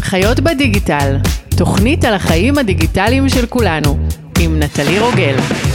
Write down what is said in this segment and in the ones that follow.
חיות בדיגיטל, תוכנית על החיים הדיגיטליים של כולנו, עם נטלי רוגל.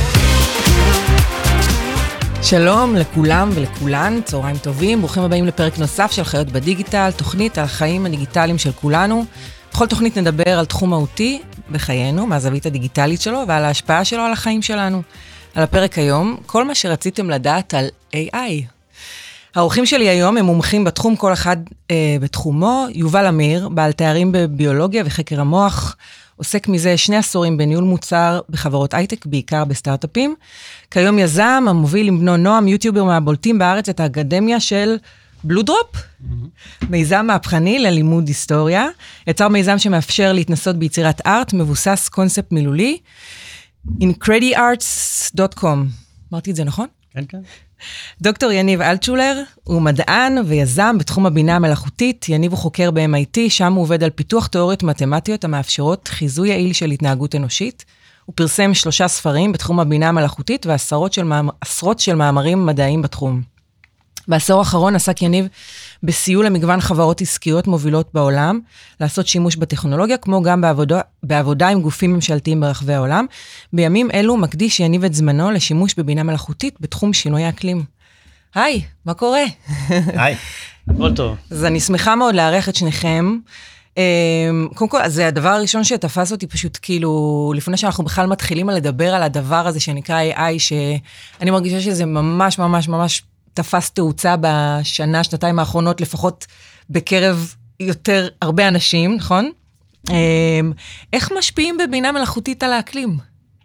שלום לכולם ולכולן, צהריים טובים, ברוכים הבאים לפרק נוסף של חיות בדיגיטל, תוכנית על החיים הדיגיטליים של כולנו. בכל תוכנית נדבר על תחום מהותי בחיינו, מהזווית הדיגיטלית שלו ועל ההשפעה שלו על החיים שלנו. על הפרק היום, כל מה שרציתם לדעת על AI. האורחים שלי היום הם מומחים בתחום, כל אחד בתחומו. יובל אמיר, בעל תארים בביולוגיה וחקר המוח, עוסק מזה 2 עשורים בניהול מוצר בחברות הייטק, בעיקר בסטארט-אפים. כיום יזם, המוביל עם בנו נועם, יוטיובר מהבולטים בארץ, את האקדמיה של בלודרופ, מיזם מהפכני ללימוד היסטוריה. יצר מיזם שמאפשר להתנסות ביצירת ארט, מבוסס קונספט מילולי, incrediarts.com. אמרתי את זה נכון? כן, כן. דוקטור יניב אלטשולר הוא מדען ויזם בתחום הבינה המלאכותית. יניב הוא חוקר ב-MIT, שם הוא עובד על פיתוח תיאוריות מתמטיות המאפשרות חיזוי יעיל של התנהגות אנושית. הוא פרסם 3 ספרים בתחום הבינה המלאכותית ועשרות של מאמרים מדעיים בתחום. בעשור האחרון עסק יניב בסיוע למגוון חברות עסקיות מובילות בעולם, לעשות שימוש בטכנולוגיה, כמו גם בעבודה עם גופים ממשלתיים ברחבי העולם. בימים אלו מקדיש יניב את זמנו לשימוש בבינה מלאכותית בתחום שינוי האקלים. היי, מה קורה? היי, הכל טוב. אז אני שמחה מאוד לארח את שניכם. קודם כל, זה הדבר הראשון שתפס אותי פשוט כאילו, לפני שאנחנו בכלל מתחילים לדבר על הדבר הזה שנקרא AI, שאני מרגישה שזה ממש ממש ממש תפס תאוצה בשנה, שנתיים האחרונות, לפחות בקרב יותר הרבה אנשים, נכון? איך משפיעים בבינה מלאכותית על האקלים?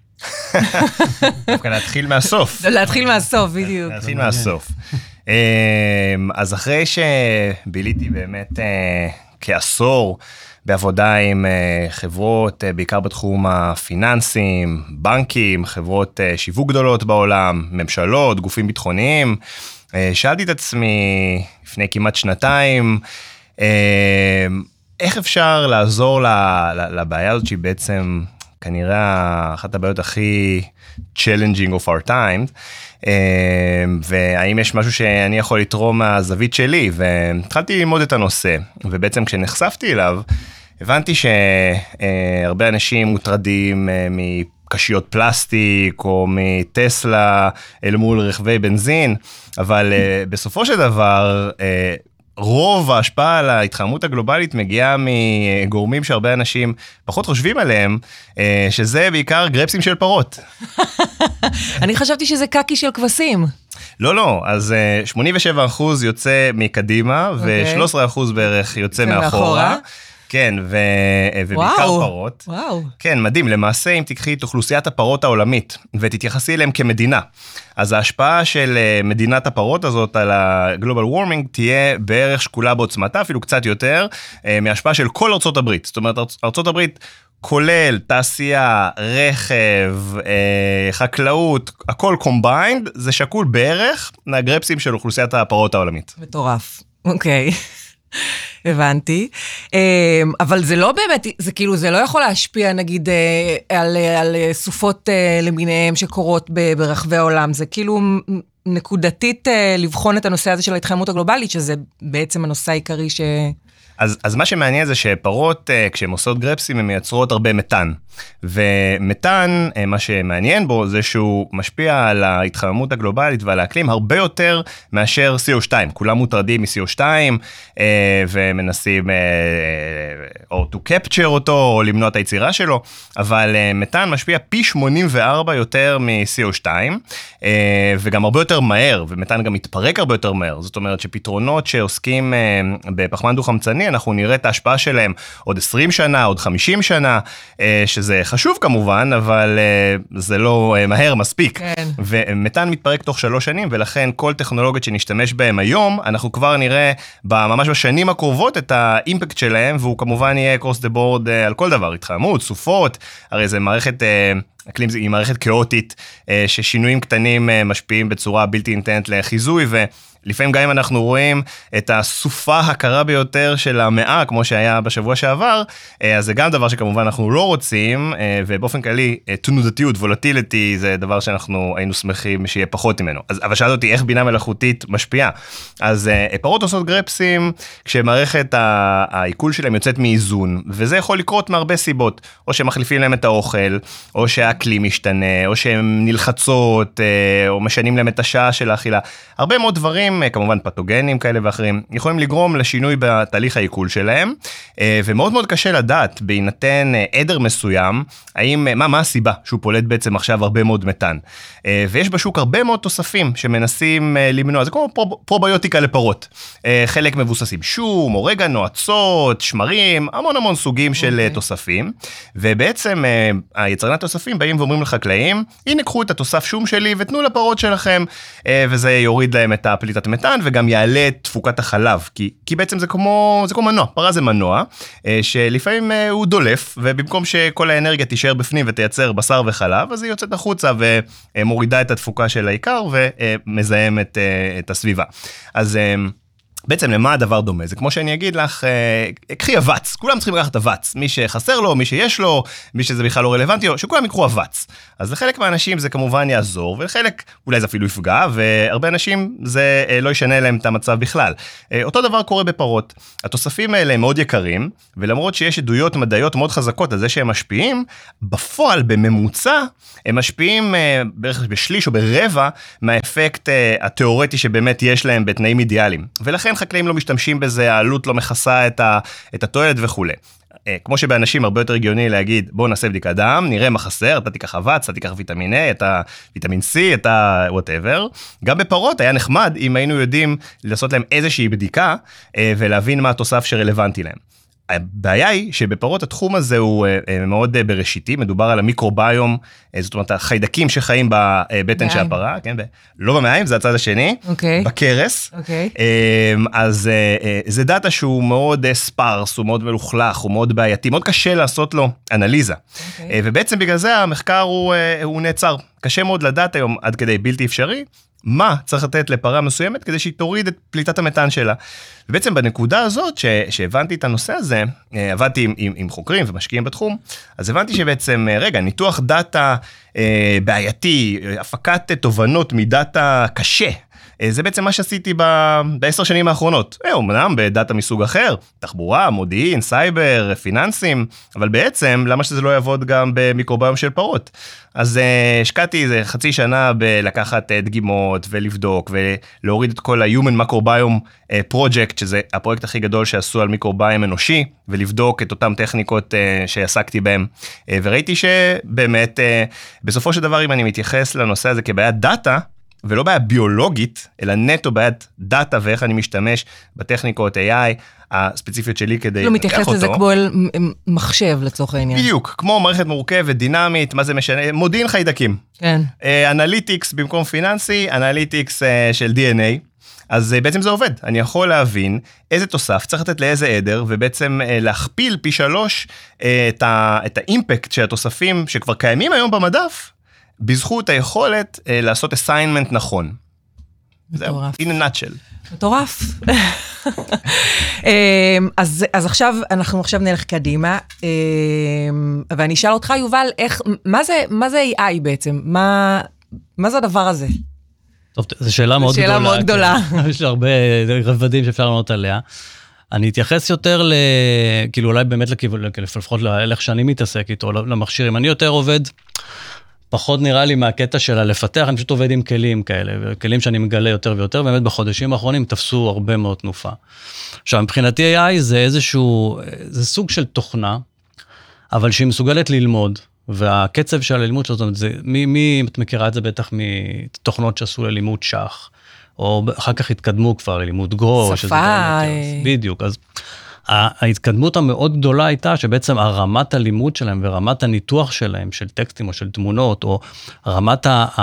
דווקא להתחיל מהסוף. להתחיל מהסוף, בדיוק. להתחיל מהסוף. אז אחרי שביליתי באמת כעשור בעבודה עם חברות, בעיקר בתחום הפיננסים, בנקים, חברות שיווק גדולות בעולם, ממשלות, גופים ביטחוניים, שאלתי את עצמי לפני כמעט 2 שנתיים, איך אפשר לעזור לבעיה הזאת שהיא בעצם כנראה אחת הבעיות הכי challenging of our time, והאם יש משהו שאני יכול לתרום מהזווית שלי, והתחלתי ללמוד את הנושא, ובעצם כשנחשפתי אליו, הבנתי שהרבה אנשים מוטרדים מקשיות פלסטיק, או מטסלה אל מול רכבי בנזין, אבל בסופו של דבר, רוב ההשפעה על ההתחממות הגלובלית מגיעה מגורמים שהרבה אנשים פחות חושבים עליהם, שזה בעיקר גרפסים של פרות. אני חשבתי שזה קקי של כבשים. לא, אז 87% יוצא מקדימה, ו13% בערך יוצא מאחורה. כן, ובעיקר פרות. וואו. כן, מדהים. למעשה, אם תקחי את אוכלוסיית הפרות העולמית, ותתייחסי אליהם כמדינה, אז ההשפעה של מדינת הפרות הזאת על הגלובל וורמינג, תהיה בערך שקולה בעוצמתה, אפילו קצת יותר, מההשפעה של כל ארצות הברית. זאת אומרת, ארצות הברית, כולל תעשייה, רכב, חקלאות, הכל קומביינד, זה שקול בערך מהגרפסים של אוכלוסיית הפרות העולמית. מטורף. אוקיי. הבנתי, אבל זה לא באמת, זה כאילו, זה לא יכול להשפיע נגיד על סופות למיניהם שקורות ברחבי העולם, זה כאילו נקודתית לבחון את הנושא הזה של ההתחממות הגלובלית, שזה בעצם הנושא העיקרי ש... אז מה שמעניין זה שפרות, כשהן עושות גרפסים, הן מייצרות הרבה מתאן. ומתאן, מה שמעניין בו, זה שהוא משפיע על ההתחממות הגלובלית ועל האקלים הרבה יותר מאשר CO2. כולם מוטרדים מ-CO2, ומנסים או to capture אותו, או למנוע את היצירה שלו, אבל מתאן משפיע פי 84 יותר מ-CO2, וגם הרבה יותר מהר, ומתאן גם מתפרק הרבה יותר מהר. זאת אומרת שפתרונות שעוסקים בפחמן דו-חמצני, אנחנו נראה את ההשפעה שלהם עוד 20 שנה, עוד 50 שנה, שזה חשוב כמובן, אבל זה לא מהר מספיק. כן. ומתאן מתפרק תוך 3 שנים, ולכן כל טכנולוגיות שנשתמש בהם היום, אנחנו כבר נראה ממש בשנים הקרובות את האימפקט שלהם, והוא כמובן יהיה across the board על כל דבר, התחממות, סופות, הרי זה מערכת... אקלים היא מערכת כאוטית, ששינויים קטנים משפיעים בצורה בלתי ניתנת לחיזוי, לפעמים גם אם אנחנו רואים את הסופה הקרה ביותר של המאה, כמו שהיה בשבוע שעבר, אז זה גם דבר שכמובן אנחנו לא רוצים, ובאופן כללי, תנודתיות, וולטילity, זה דבר שאנחנו היינו שמחים שיהיה פחות ממנו. אבל שאלת אותי איך בינה מלאכותית משפיעה. אז פרות עושות גרפסים, כשמערכת העיכול שלהם יוצאת מאיזון, וזה יכול לקרות מהרבה סיבות, או שמחליפים להם את האוכל, או שהאקלים משתנה, או שהן נלחצות, או משנים להם את השעה של האכילה. הרבה מאוד דברים, כמובן פתוגנים כאלה ואחרים, יכולים לגרום לשינוי בתהליך העיכול שלהם, ומאוד מאוד קשה לדעת, בהינתן עדר מסוים, מה הסיבה שהוא פולט בעצם עכשיו הרבה מאוד מתאן. ויש בשוק הרבה מאוד תוספים שמנסים למנוע, זה כמו פרוביוטיקה לפרות. חלק מבוססים שום, אורגנו, עצות, שמרים, המון סוגים של תוספים, ובעצם היצרני התוספים באים ואומרים לחקלאים, הנה קחו את התוסף שום שלי ותנו לפרות שלכם, וזה יוריד להם את הפליטת מתאן, וגם יעלה את תפוקת החלב, כי בעצם זה כמו מנוע, פרה זה מנוע, שלפעמים הוא דולף, ובמקום שכל האנרגיה תישאר בפנים ותייצר בשר וחלב, אז היא יוצאת החוצה ומורידה את התפוקה של העיקר, ומזהם את הסביבה. אז בעצם למה הדבר דומה? זה כמו שאני אגיד לך, קחי אבץ, כולם צריכים לקחת אבץ, מי שחסר לו, מי שיש לו, מי שזה בכלל לא רלוונטי, שכולם יקחו אבץ. אז לחלק מהאנשים זה כמובן יעזור, ולחלק אולי זה אפילו יפגע, והרבה אנשים זה לא ישנה להם את המצב בכלל. אותו דבר קורה בפרות. התוספים האלה הם מאוד יקרים, ולמרות שיש עדויות מדעיות מאוד חזקות על זה שהם משפיעים, בפועל, בממוצע, הם משפיעים בערך בשליש או ברבע מהאפקט התיאורטי שבאמת יש להם בתנאים אידיאליים. ולכן חקלאים לא משתמשים בזה, העלות לא מכסה את התועלת וכו'. כמו שבאנשים הרבה יותר הגיוני להגיד, בוא נעשה בדיקת דם, נראה מה חסר, אתה תיקח אבץ, אתה תיקח ויטמין A, אתה ויטמין C, אתה whatever. גם בפרות היה נחמד אם היינו יודעים לעשות להם איזושהי בדיקה, ולהבין מה התוסף שרלוונטי להם. הבעיה היא שבפרות התחום הזה הוא מאוד בראשיתי, מדובר על המיקרוביום, זאת אומרת, החיידקים שחיים בבטן של הפרה, כן? לא במעיים, זה הצד השני, בקרס. אז זה דאטה שהוא מאוד ספרס, הוא מאוד מלוכלך, הוא מאוד בעייתי, מאוד קשה לעשות לו אנליזה. ובעצם בגלל זה המחקר הוא נעצר. קשה מאוד לדעת היום, עד כדי בלתי אפשרי, מה צריך לתת לפרה מסוימת כדי שהיא תוריד את פליטת המתאן שלה. ובעצם בנקודה הזאת שהבנתי את הנושא הזה, עבדתי עם חוקרים ומשקיעים בתחום, אז הבנתי שבעצם, ניתוח דאטה בעייתי, הפקת תובנות מדאטה קשה, זה בעצם מה שעשיתי ב10 שנים האחרונות. אומנם בדאטה מסוג אחר, תחבורה, מודיעין, סייבר, פיננסים, אבל בעצם למה שזה לא יעבוד גם במיקרוביום של פרות? אז השקעתי איזה חצי שנה בלקחת דגימות ולבדוק ולהוריד את כל ה-Human Microbiome Project, שזה הפרויקט הכי גדול שעשו על מיקרוביום אנושי, ולבדוק את אותם טכניקות שעסקתי בהם. וראיתי שבאמת, בסופו של דבר, אם אני מתייחס לנושא הזה כבעיית דאטה, ולא בעיה ביולוגית, אלא נטו בעיית דאטה ואיך אני משתמש בטכניקות AI הספציפיות שלי כדי לא מתייחס לזה כמו אל מחשב לצורך העניין. בדיוק, כמו מערכת מורכבת, דינמית, מה זה משנה, מודיעין חיידקים. כן. אנליטיקס במקום פיננסי, אנליטיקס של DNA. אז בעצם זה עובד, אני יכול להבין איזה תוסף צריך לתת לאיזה עדר, ובעצם להכפיל פי 3 את האימפקט של התוספים שכבר קיימים היום במדף, בזכות היכולת לעשות assignment נכון. מטורף. In a nutshell. מטורף. אז עכשיו, אנחנו עכשיו נלך קדימה, ואני אשאל אותך, יובל, מה זה AI בעצם? מה זה הדבר הזה? טוב, זו שאלה מאוד גדולה. שאלה מאוד גדולה. יש לה הרבה רבדים שאפשר לענות עליה. אני אתייחס יותר כאילו אולי באמת לפחות לאיך שאני מתעסק איתו, למכשירים. אני יותר עובד, פחות נראה לי מהקטע שלה לפתח, אני פשוט עובד עם כלים כאלה, כלים שאני מגלה יותר ויותר, באמת בחודשים האחרונים תפסו הרבה מאוד תנופה. עכשיו, מבחינתי AI זה זה סוג של תוכנה, אבל שהיא מסוגלת ללמוד, והקצב של הלימוד שלו, זאת אומרת, מי את מכירה את זה בטח מתוכנות שעשו ללימוד שח, או אחר כך התקדמו כבר ללימוד גרו, שפה. בדיוק, אז ההתקדמות המאוד גדולה הייתה שבעצם הרמת הלימוד שלהם ורמת הניתוח שלהם של טקסטים או של תמונות, או רמת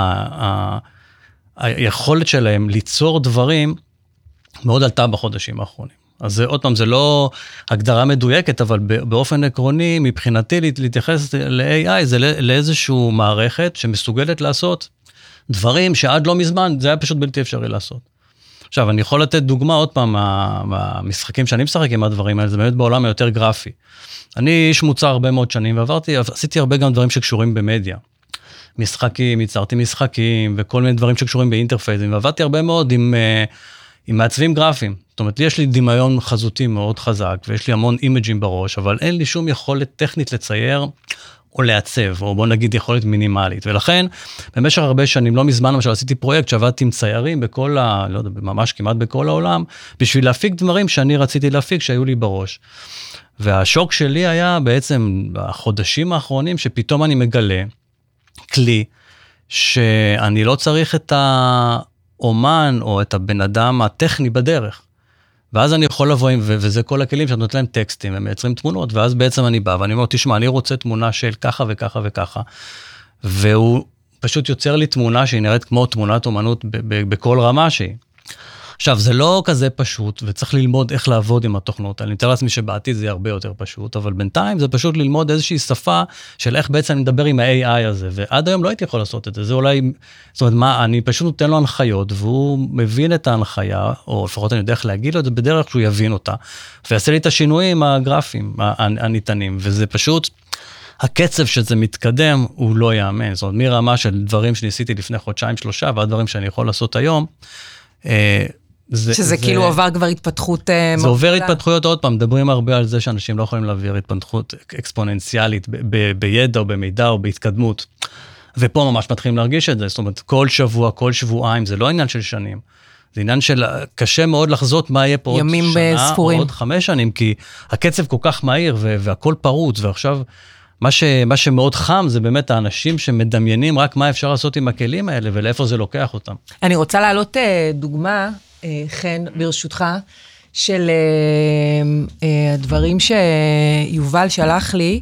היכולת שלהם ליצור דברים, מאוד עלתה בחודשים האחרונים. אז עוד פעם, זה לא הגדרה מדויקת, אבל באופן עקרוני, מבחינתי להתייחס ל-AI, זה לאיזשהו מערכת שמסוגלת לעשות דברים שעד לא מזמן, זה היה פשוט בלתי אפשרי לעשות. עכשיו, אני יכול לתת דוגמה עוד פעם, מהמשחקים שאני משחק עם הדברים האלה, זה באמת בעולם היותר גרפי. אני איש מוצר הרבה מאוד שנים, ועשיתי הרבה גם דברים שקשורים במדיה. משחקים, ייצרתי משחקים, וכל מיני דברים שקשורים באינטרפייסים, ועבדתי הרבה מאוד עם מעצבים גרפיים. זאת אומרת, יש לי דמיון חזותי מאוד חזק, ויש לי המון אימג'ים בראש, אבל אין לי שום יכולת טכנית לצייר, או לעצב, או בוא נגיד יכולת מינימלית. ולכן, במשך הרבה שנים, לא מזמן, למשל, עשיתי פרויקט שעבדתי עם ציירים בכל לא יודע, ממש כמעט בכל העולם, בשביל להפיק דברים שאני רציתי להפיק, שהיו לי בראש. והשוק שלי היה בעצם בחודשים האחרונים, שפתאום אני מגלה כלי, שאני לא צריך את האומן, או את הבן אדם הטכני בדרך. ואז אני יכול לבוא עם, וזה כל הכלים שאת נותן להם טקסטים, הם מייצרים תמונות, ואז בעצם אני בא, ואני אומר, תשמע, אני רוצה תמונה של ככה וככה וככה, והוא פשוט יוצר לי תמונה שהיא נראית כמו תמונת אומנות בכל רמה שהיא. עכשיו, זה לא כזה פשוט, וצריך ללמוד איך לעבוד עם התוכנות. אני מתאר לעצמי שבעתיד זה הרבה יותר פשוט, אבל בינתיים זה פשוט ללמוד איזושהי שפה של איך בעצם נדבר עם ה-AI הזה, ועד היום לא הייתי יכול לעשות את זה. זה אולי, זאת אומרת, אני פשוט נותן לו הנחיות, והוא מבין את ההנחיה, או לפחות אני יודע איך להגיד לו את זה בדרך שהוא יבין אותה, ויעשה לי את השינויים הגרפיים הניתנים, וזה פשוט, הקצב שזה מתקדם הוא לא יאמן. זאת אומרת, מרמה של דברים שניסיתי לפני חודשיים-שלושה, ועד דברים שאני יכול לעשות היום, שזה כאילו עבר כבר התפתחות... זה עובר התפתחויות, עוד פעם, מדברים הרבה על זה שאנשים לא יכולים להעביר התפתחות אקספוננציאלית בידע או במידע או בהתקדמות. ופה ממש מתחילים להרגיש את זה, זאת אומרת, כל שבוע, כל שבועיים, זה לא עניין של שנים. זה עניין של קשה מאוד לחזות מה יהיה פה עוד שנה או עוד 5 שנים, כי הקצב כל כך מהיר והכל פרוץ, ועכשיו מה שמאוד חם זה באמת האנשים שמדמיינים רק מה אפשר לעשות עם הכלים האלה ולאיפה זה לוקח אותם. אני רוצה להעלות דוגמה, חן, ברשותך, של הדברים שיובל שלח לי,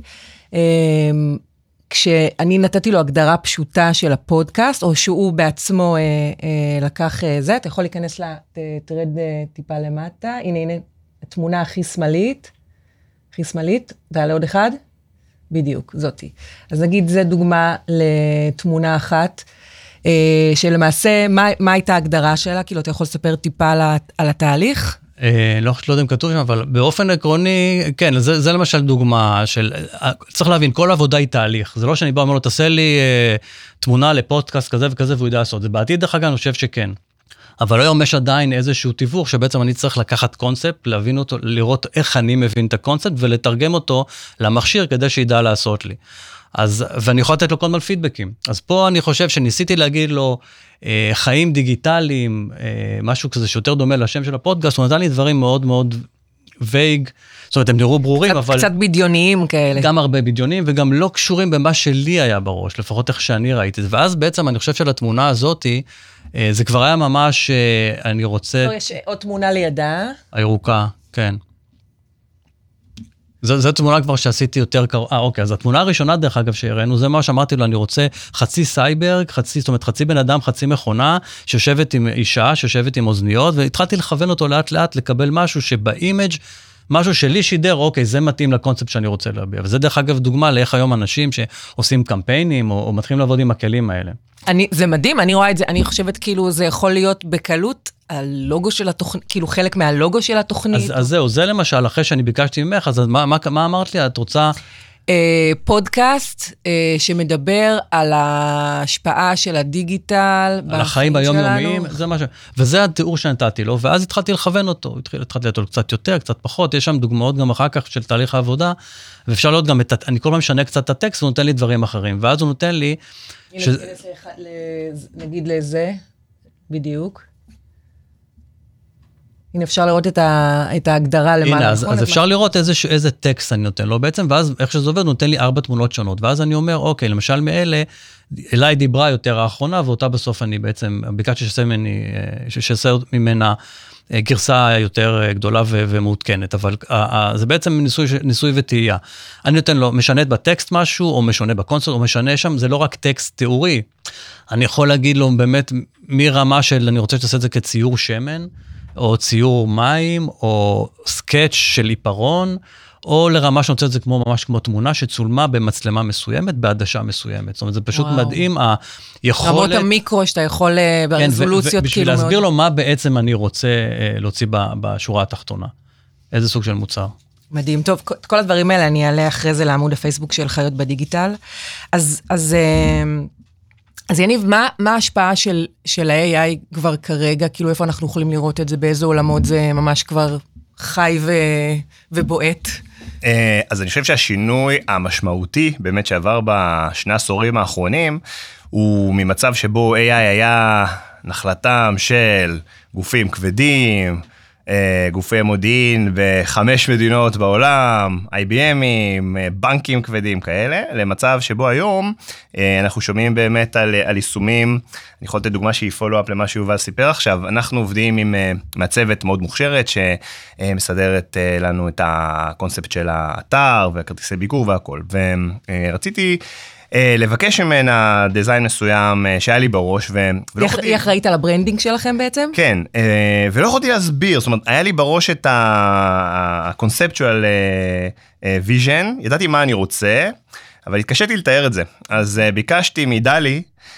כשאני נתתי לו הגדרה פשוטה של הפודקאסט, או שהוא בעצמו לקח זה, אתה יכול להיכנס לה, תרד טיפה למטה, הנה, התמונה הכי שמאלית, תעלה עוד אחד, בדיוק, זאתי. אז נגיד, זה דוגמה לתמונה אחת, שלמעשה, מה הייתה ההגדרה שלה? כאילו, אתה יכול לספר טיפה על התהליך? לא יודע אם כתוב שם, אבל באופן עקרוני, כן, זה למשל דוגמה של, צריך להבין, כל עבודה היא תהליך. זה לא שאני בא ואומר לו, תעשה לי תמונה לפודקאסט כזה וכזה, והוא ידע לעשות. זה בעתיד, דרך אגב, אני חושב שכן. אבל היום יש עדיין איזשהו תיווך, שבעצם אני צריך לקחת קונספט, להבין אותו, לראות איך אני מבין את הקונספט, ולתרגם אותו למכשיר, כדי שידע לעשות לי. ואני יכול לתת לו כל מיני פידבקים. אז פה אני חושב שניסיתי להגיד לו, חיים דיגיטליים, משהו כזה שיותר דומה לשם של הפודקאסט, הוא נתן לי דברים מאוד מאוד וייג, זאת אומרת, הם נראו ברורים, אבל... קצת בדיוניים כאלה. גם הרבה בדיונים, וגם לא קשורים במה שלי היה בראש, לפחות איך שאני ראיתי את זה. ואז בעצם אני חושב שלתמונה הזאת, זה כבר היה ממש, אני רוצה... יש עוד תמונה לידה. הירוקה, כן. זו תמונה כבר שעשיתי יותר קרוב, אוקיי, אז התמונה הראשונה דרך אגב שהראינו, זה מה שאמרתי לו, אני רוצה חצי סייברג, זאת אומרת חצי בן אדם, חצי מכונה, שיושבת עם אישה, שיושבת עם אוזניות, והתחלתי לכוון אותו לאט לאט, לקבל משהו שבאימג' משהו שלי שידר, אוקיי, זה מתאים לקונספט שאני רוצה להביע, וזה דרך אגב דוגמה לאיך היום אנשים שעושים קמפיינים, או מתחילים לעבוד עם הכלים האלה. זה מדהים, אני רואה את זה, אני חושבת כאילו זה יכול להיות בקלות, הלוגו של התוכנית, כאילו חלק מהלוגו של התוכנית. אז זהו, זה למשל, אחרי שאני ביקשתי ממך, אז מה אמרת לי? את רוצה... פודקאסט שמדבר על ההשפעה של הדיגיטל, על החיים ביומיומיים, זה משהו, וזה התיאור שנתתי לו, ואז התחלתי לכוון אותו, התחלתי אותו קצת יותר, קצת פחות, יש שם דוגמאות גם אחר כך של תהליך העבודה, ואפשר לראות גם, אני כל פעם משנה קצת את הטקסט, הוא נותן לי דברים אחרים, ואז הוא נותן לי... נגיד לזה, בדיוק. הנה אפשר לראות את ההגדרה למעלה. הנה, אז אפשר לראות איזה טקסט אני נותן לו בעצם, ואז איך שזה עובד, הוא נותן לי 4 תמונות שונות, ואז אני אומר, אוקיי, למשל מאלה, אליי דיברה יותר האחרונה, ואותה בסוף אני בעצם, ביקשתי שעשה ממנה גרסה יותר גדולה ומעודכנת, אבל זה בעצם ניסוי וטעייה. אני נותן לו, משנה בטקסט משהו, או משנה בקונספט, או משנה שם, זה לא רק טקסט תיאורי, אני יכול להגיד לו באמת, מרמה של, אני רוצה שתעשה את זה כציור שמן, או ציור מים, או סקץ' של עיפרון, או לרמה שנוצאת זה ממש כמו תמונה שצולמה במצלמה מסוימת, בעדשה מסוימת. זאת אומרת, זה פשוט מדהים, היכולת... רמות המיקרו שאתה יכול ברזולוציות בשביל להסביר לו מה בעצם אני רוצה להוציא בשורה התחתונה. איזה סוג של מוצר. מדהים. טוב, כל הדברים האלה אני אעלה אחרי זה לעמוד הפייסבוק של חיות בדיגיטל. אז יניב, מה ההשפעה של ה-AI כבר כרגע? כאילו איפה אנחנו יכולים לראות את זה? באיזה עולמות זה ממש כבר חי ובועט? אז אני חושב שהשינוי המשמעותי באמת שעבר בשני עשורים האחרונים, הוא ממצב שבו AI היה נחלתם של גופים כבדים, גופי מודיעין ב5 מדינות בעולם, IBM'ים, בנקים כבדים כאלה, למצב שבו היום אנחנו שומעים באמת על יישומים, אני יכול לתת דוגמה שהיא פולו-אפ למה שיובל סיפר עכשיו, אנחנו עובדים עם מעצבת מאוד מוכשרת שמסדרת לנו את הקונספט של האתר וכרטיסי ביקור והכל, ורציתי לבקש ממנה דיזיין מסוים שהיה לי בראש. היא אחראית על הברנדינג שלכם בעצם? כן, ולא יכולתי להסביר, זאת אומרת, היה לי בראש את הקונספטואל ויז'ן, ידעתי מה אני רוצה, אבל התקשיתי לתאר את זה. אז ביקשתי מדלי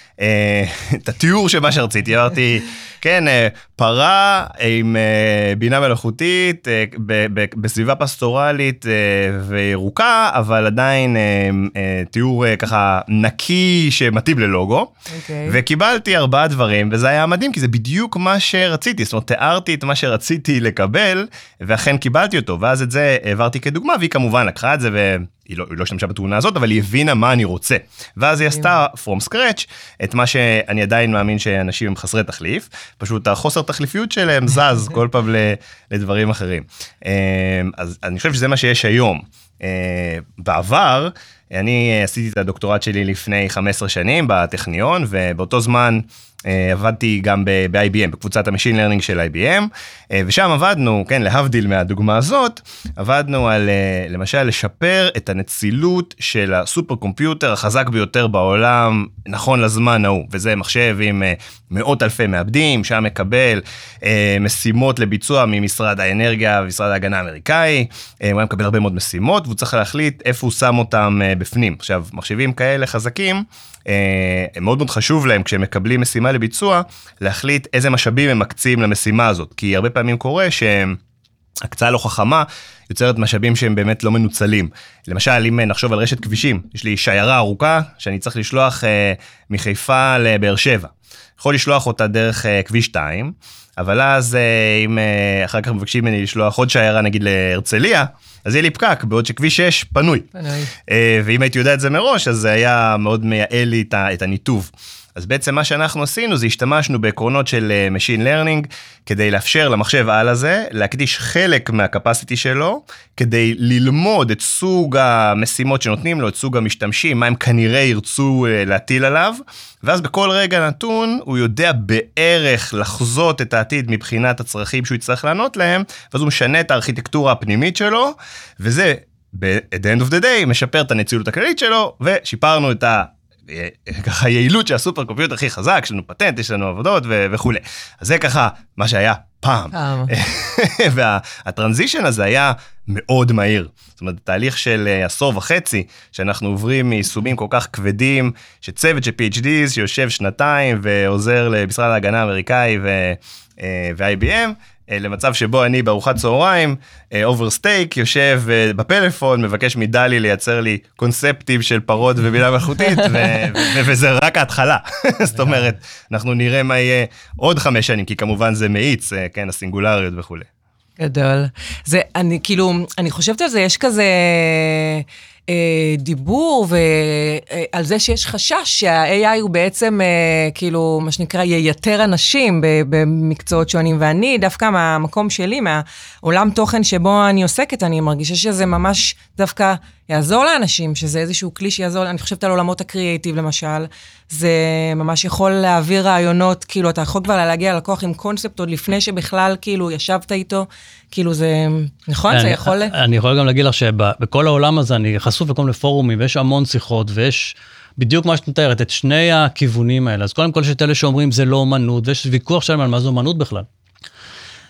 את התיאור של מה שרציתי, אמרתי, כן, פרה עם בינה מלאכותית, בסביבה פסטורלית וירוקה, אבל עדיין תיאור ככה נקי שמתאים ללוגו, וקיבלתי 4 דברים, וזה היה מדהים, כי זה בדיוק מה שרציתי, זאת אומרת, תיארתי את מה שרציתי לקבל, ואכן קיבלתי אותו, ואז את זה העברתי כדוגמה, והיא כמובן לקחה את זה, היא לא השתמשה בתמונה הזאת, אבל היא הבינה מה אני רוצה. ואז היא עשתה from scratch את מה שאני עדיין מאמין שאנשים הם חסרי תחליף, פשוט החוסר תחליפיות שלהם זז כל פעם לדברים אחרים. אז אני חושב שזה מה שיש היום. בעבר, אני עשיתי את הדוקטורט שלי לפני 15 שנים בטכניון, ובאותו זמן עבדתי גם ב-IBM, בקבוצת המשין לרנינג של IBM, ושם עבדנו, כן, להבדיל מהדוגמה הזאת, עבדנו על, למשל, לשפר את הנצילות של הסופר קומפיוטר החזק ביותר בעולם, נכון לזמן ההוא, וזה מחשב עם מאות אלפי מעבדים, שם מקבל משימות לביצוע ממשרד האנרגיה ומשרד ההגנה האמריקאי, הוא היה מקבל הרבה מאוד משימות, והוא צריך להחליט איפה הוא שם אותם בפנים. עכשיו, מחשבים כאלה חזקים, מאוד מאוד חשוב להם כשהם מקבלים משימה לביצוע, להחליט איזה משאבים הם מקצים למשימה הזאת, כי הרבה פעמים קורה שהקצאה לא חכמה יוצרת משאבים שהם באמת לא מנוצלים. למשל, אם נחשוב על רשת כבישים, יש לי שיירה ארוכה שאני צריך לשלוח מחיפה לבאר שבע. יכול לשלוח אותה דרך כביש 2, אבל אז אם אחר כך מבקשים ממני לשלוח עוד שיירה נגיד להרצליה, אז יהיה לי פקק, בעוד שכביש 6 פנוי. ואם הייתי יודע את זה מראש, אז זה היה מאוד מייעל לי את הניתוב. אז בעצם מה שאנחנו עשינו, זה השתמשנו בעקרונות של Machine Learning, כדי לאפשר למחשב על הזה, להקדיש חלק מהקפסיטי שלו, כדי ללמוד את סוג המשימות שנותנים לו, את סוג המשתמשים, מה הם כנראה ירצו להטיל עליו, ואז בכל רגע נתון, הוא יודע בערך לחזות את העתיד מבחינת הצרכים שהוא יצטרך לענות להם, ואז הוא משנה את הארכיטקטורה הפנימית שלו, וזה, at the end of the day, משפר את הנצילות הכללית שלו, ושיפרנו את ככה יעילות של הסופר קומפיוטר הכי חזק, יש לנו פטנט, יש לנו עבודות וכו'. אז זה ככה מה שהיה פעם. והטרנזישן הזה היה מאוד מהיר. זאת אומרת, תהליך של 1.5 עשור, שאנחנו עוברים מיישומים כל כך כבדים, שצוות של PhDs שיושב 2 ועוזר למשרד ההגנה האמריקאי ו-IBM, למצב שבו אני בארוחת צהריים, אובר סטייק, יושב בפלאפון, מבקש מדלי לייצר לי קונספטים של פרות ובינה מלאכותית, וזה רק ההתחלה. זאת אומרת, אנחנו נראה מה יהיה עוד 5 שנים, כי כמובן זה מאיץ, כן, הסינגולריות וכו'. גדול. זה, אני חושבת על זה, יש כזה דיבור ועל זה שיש חשש שה-AI הוא בעצם כאילו מה שנקרא ייתר אנשים במקצועות שונים, ואני דווקא מהמקום שלי, מהעולם תוכן שבו אני עוסקת, אני מרגישה שזה ממש דווקא יעזור לאנשים, שזה איזשהו כלי שיעזור, אני חושבת על עולמות הקריאייטיב למשל, זה ממש יכול להעביר רעיונות, כאילו אתה יכול כבר להגיע ללקוח עם קונספט עוד לפני שבכלל כאילו ישבת איתו, כאילו זה, נכון? זה יכול... אני יכול גם להגיד לך שבכל העולם הזה אני חשוף לכל מיני פורומים, ויש המון שיחות, ויש בדיוק מה שאת מתארת, את שני הכיוונים האלה. אז קודם כל יש את אלה שאומרים זה לא אומנות, ויש ויכוח שלהם על מה זו אומנות בכלל.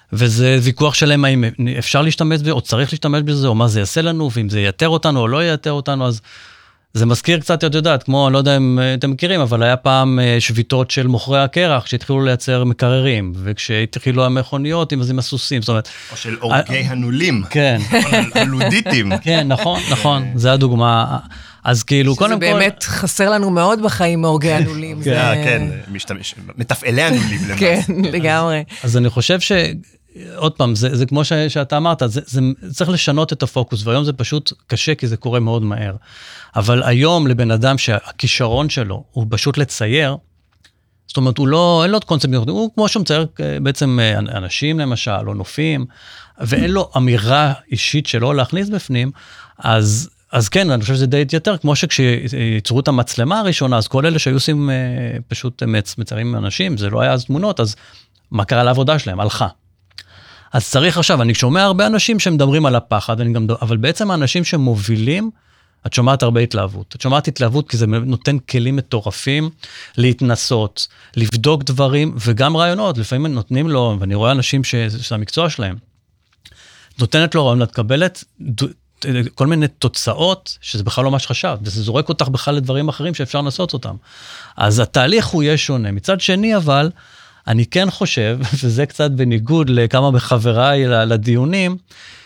וזה ויכוח שלהם האם אפשר להשתמש בזה, או צריך להשתמש בזה, או מה זה יעשה לנו, ואם זה ייתר אותנו או לא ייתר אותנו, אז זה מזכיר קצת, את יודעת, כמו, אני לא יודע אם אתם מכירים, אבל היה פעם שביתות של מוכרי הקרח, שהתחילו לייצר מקררים, וכשהתחילו המכוניות עם הסוסים, זאת אומרת... או של אורגי הנולים. כן. הלודיטים. כן, נכון, זה הדוגמה. אז כאילו, קודם כל... שזה באמת חסר לנו מאוד בחיים מאורגי הנולים. כן, מתפעלי הנולים למעשה. כן, לגמרי. אז אני חושב עוד פעם, זה כמו שאתה אמרת, זה צריך לשנות את הפוקוס, והיום זה פשוט קשה, כי זה קורה מאוד מהר. אבל היום לבן אדם שהכישרון שלו הוא פשוט לצייר, זאת אומרת, אין לו את קונספט, הוא כמו שהוא מצייר בעצם אנשים למשל, או נופים, ואין לו אמירה אישית שלו להכניס בפנים, אז כן, אני חושב שזה די יותר, כמו שכשיצרו את המצלמה הראשונה, אז כל אלה שהיו עושים פשוט מציירים אנשים, זה לא היה אז תמונות, אז מה קרה לעבודה שלהם? הלכה. אז צריך עכשיו, אני שומע הרבה אנשים שמדברים על הפחד, אבל בעצם האנשים שמובילים, את שומעת הרבה התלהבות. את שומעת התלהבות כי זה נותן כלים מטורפים להתנסות, לבדוק דברים, וגם רעיונות, לפעמים נותנים לו, ואני רואה אנשים שזה המקצוע שלהם, נותנת לו רעיון, לקבלת כל מיני תוצאות, שזה בכלל לא מה שחשב, וזה זורק אותך בכלל לדברים אחרים שאפשר לנסות אותם. אז התהליך הוא יהיה שונה. מצד שני, אבל, אני כן חושב, וזה קצת בניגוד לכמה מחבריי לדיונים,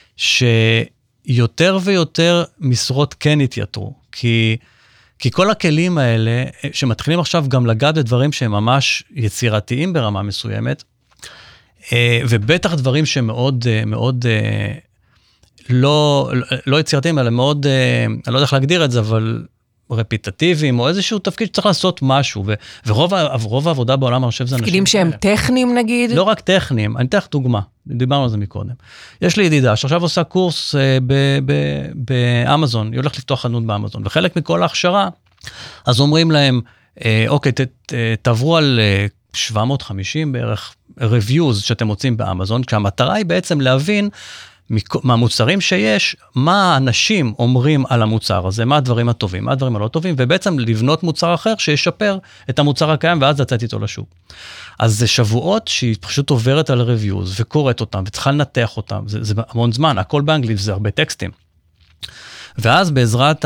שיותר ויותר משרות כן התייתרו, כי כל הכלים האלה, שמתחילים עכשיו גם לגעת לדברים שהם ממש יצירתיים ברמה מסוימת, ובטח דברים שמאוד מאוד לא יצירתיים, אלא מאוד, אני לא יודע איך להגדיר את זה, אבל רפיטטיביים, או איזשהו תפקיד שצריך לעשות משהו, ורוב העבודה בעולם, אני חושב, זה אנשים... תפקידים שהם טכניים נגיד? לא רק טכניים, אני אתן לך דוגמה, דיברנו על זה מקודם. יש לי ידידה שעכשיו עושה קורס באמזון, היא הולכת לפתוח חנות באמזון, וחלק מכל ההכשרה, אז אומרים להם, אוקיי, תעברו על 750 בערך reviews שאתם מוצאים באמזון, כשהמטרה היא בעצם להבין מהמוצרים שיש, מה האנשים אומרים על המוצר הזה, מה הדברים הטובים, מה הדברים הלא טובים, ובעצם לבנות מוצר אחר שישפר את המוצר הקיים, ואז לצאת איתו לשוק. אז זה שבועות שהיא פשוט עוברת על reviews, וקוראת אותם, וצריכה לנתח אותם, זה המון זמן, הכל באנגלית, זה הרבה טקסטים. ואז בעזרת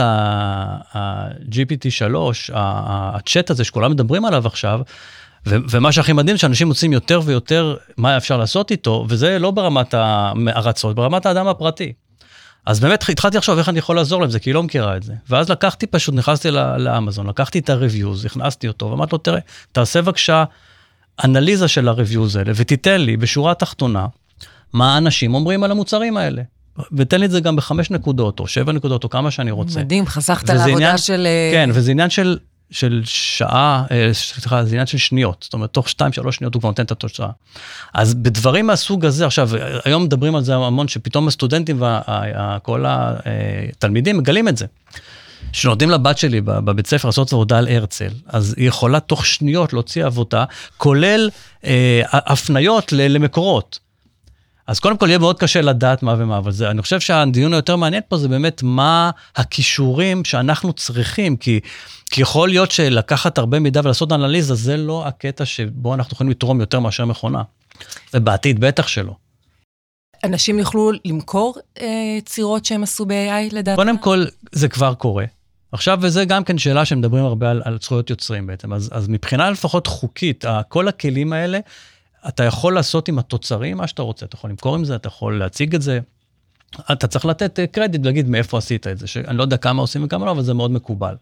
ה-GPT-3, הצ'אט הזה שכולם מדברים עליו עכשיו, ומה שהכי מדהים, שאנשים מוצאים יותר ויותר מה אפשר לעשות איתו, וזה לא ברמת הארצות, ברמת האדם הפרטי. אז באמת התחלתי לחשוב איך אני יכול לעזור להם, זה כי היא לא מכירה את זה. ואז נכנסתי לאמזון, לקחתי את ה-reviews, הכנסתי אותו, ואמרתי לו, תראה, תעשה בבקשה אנליזה של ה-reviews האלה, ותיתן לי בשורה תחתונה, מה האנשים אומרים על המוצרים האלה. ותן לי את זה גם ב5 נקודות, או 7 נקודות, או כמה שאני רוצה. מדהים, חסכת לעבודה של... כן, וזה עניין של שעה, סליחה, זה עניין של שניות, זאת אומרת, תוך 2-3 שניות הוא כבר נותן את התוצאה. אז בדברים מהסוג הזה, עכשיו, היום מדברים על זה המון, שפתאום הסטודנטים וכל התלמידים מגלים את זה. שנותנים לבת שלי בבית ספר לעשות עבודה על הרצל, אז היא יכולה תוך שניות להוציא עבודה, כולל הפניות למקורות. אז קודם כל יהיה מאוד קשה לדעת מה ומה, אבל אני חושב שהדיון היותר מעניין פה זה באמת מה הכישורים שאנחנו צריכים, כי יכול להיות שלקחת הרבה מידע ולעשות אנליזה, זה לא הקטע שבו אנחנו יכולים לתרום יותר מאשר מכונה. ובעתיד בטח שלא. אנשים יוכלו למכור צירות שהם עשו ב-AI לדעת? קודם כל זה כבר קורה. עכשיו, וזה גם כן שאלה שמדברים הרבה על זכויות יוצרים בעצם, אז מבחינה לפחות חוקית, כל הכלים האלה, אתה יכול לעשות עם התוצרים מה שאתה רוצה, אתה יכול למכור עם זה, אתה יכול להציג את זה, אתה צריך לתת קרדיט ולהגיד מאיפה עשית את זה, שאני לא יודע כמה עושים וכמה לא, אבל זה מאוד מקובל.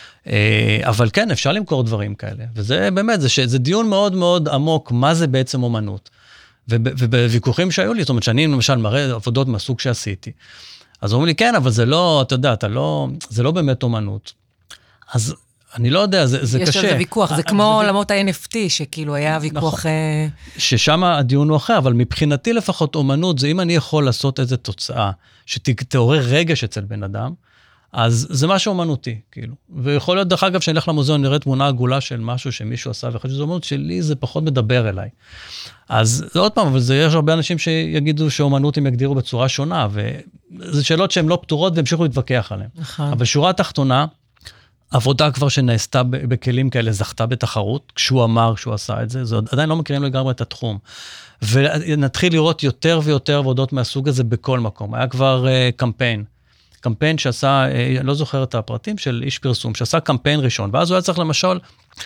אבל כן, אפשר למכור דברים כאלה, וזה באמת, זה דיון מאוד מאוד עמוק, מה זה בעצם אומנות, ובוויכוחים שהיו לי, זאת אומרת, שאני למשל מראה עבודות מהסוג שעשיתי, אז אומרים לי, כן, אבל זה לא, אתה יודע, זה לא באמת אומנות. אז אני לא יודע, זה קשה. יש על זה ויכוח, זה כמו עולמות ה-NFT, שכאילו היה ויכוח... ששם הדיון הוא אחר, אבל מבחינתי לפחות אומנות, זה אם אני יכול לעשות איזו תוצאה, שתעורר רגש אצל בן אדם, אז זה משהו אומנותי, כאילו. ויכול להיות, דרך אגב, שאני אלך למוזיאון, נראה תמונה עגולה של משהו שמישהו עשה, ואחרי שזו אומנות שלי, זה פחות מדבר אליי. אז זה עוד פעם, אבל יש הרבה אנשים שיגידו שאומנות הם יגדירו בצורה שונה, וזה שאלות שהן לא פתורות, והמשיכו להתווכח עליהן. אבל שורה התחתונה, עבודה כבר שנעשתה בכלים כאלה, זכתה בתחרות, כשהוא אמר שהוא עשה את זה, זה עדיין לא מכירים לגמרי את התחום. ונתחיל לראות יותר ויותר עבודות מהסוג הזה בכל מקום. היה כבר קמפיין שעשה, לא זוכר את הפרטים של איש פרסום, שעשה קמפיין ראשון, ואז הוא היה צריך למשל,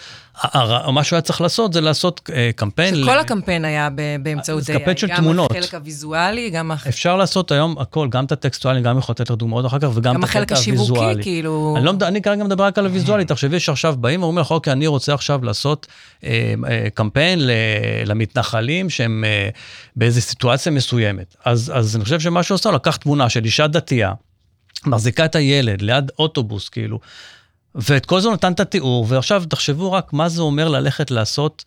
מה שהוא היה צריך לעשות, זה לעשות קמפיין. שכל הקמפיין היה באמצעות AI, קמפיין של תמונות. גם החלק הוויזואלי, גם אפשר לעשות היום הכל, גם את הטקסטואלי, גם יכולת לתת דוגמאות אחר כך, וגם את החלק הוויזואלי. גם החלק השיווקי, כאילו... אני כרגע מדבר רק על הוויזואלי, תחשבי שעכשיו באים ואומרים לך, אוקיי, אני רוצה עכשיו לעשות קמפיין למתנחלים, שהם באיזו סיטואציה מסוימת. אז אני חושב שמה שהוא עושה, לקח תמונה של אישה דתייה, מחזיקה את הילד ליד אוטובוס, כאילו, ואת כל זה נתן את התיאור, ועכשיו תחשבו רק מה זה אומר ללכת לעשות